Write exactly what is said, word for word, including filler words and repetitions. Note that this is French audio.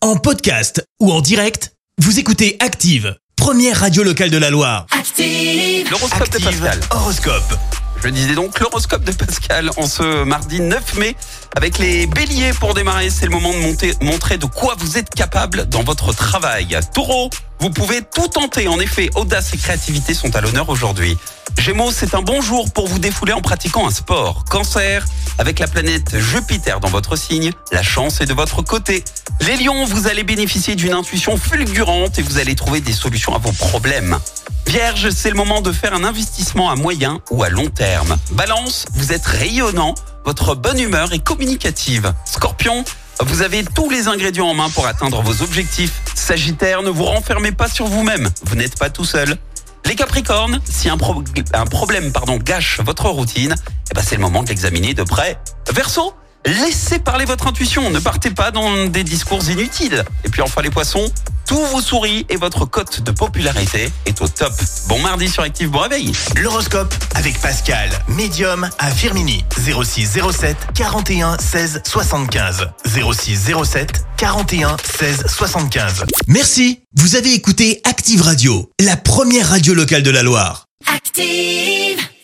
En podcast ou en direct, vous écoutez Active, première radio locale de la Loire. Active. L'horoscope de Active Pascal. Horoscope. Je disais donc l'horoscope de Pascal en ce mardi neuf mai avec les béliers pour démarrer. C'est le moment de monter, montrer de quoi vous êtes capable dans votre travail. Taureau, vous pouvez tout tenter. En effet, audace et créativité sont à l'honneur aujourd'hui. Gémeaux, c'est un bon jour pour vous défouler en pratiquant un sport. Cancer, avec la planète Jupiter dans votre signe, la chance est de votre côté. Les lions, vous allez bénéficier d'une intuition fulgurante et vous allez trouver des solutions à vos problèmes. Vierge, c'est le moment de faire un investissement à moyen ou à long terme. Balance, vous êtes rayonnant, votre bonne humeur est communicative. Scorpion, vous avez tous les ingrédients en main pour atteindre vos objectifs. Sagittaire, ne vous renfermez pas sur vous-même, vous n'êtes pas tout seul. Les Capricornes, si un, pro- un problème pardon, gâche votre routine, eh ben c'est le moment de l'examiner de près. Verseau, laissez parler votre intuition, ne partez pas dans des discours inutiles. Et puis enfin les Poissons, tout vous sourit et votre cote de popularité est au top. Bon mardi sur Active, bon réveil. L'horoscope avec Pascal, médium à Firmini. zéro six zéro sept quarante et un seize soixante-quinze. zéro six zéro sept quarante et un seize soixante-quinze. Merci, vous avez écouté Active Radio, la première radio locale de la Loire. Active.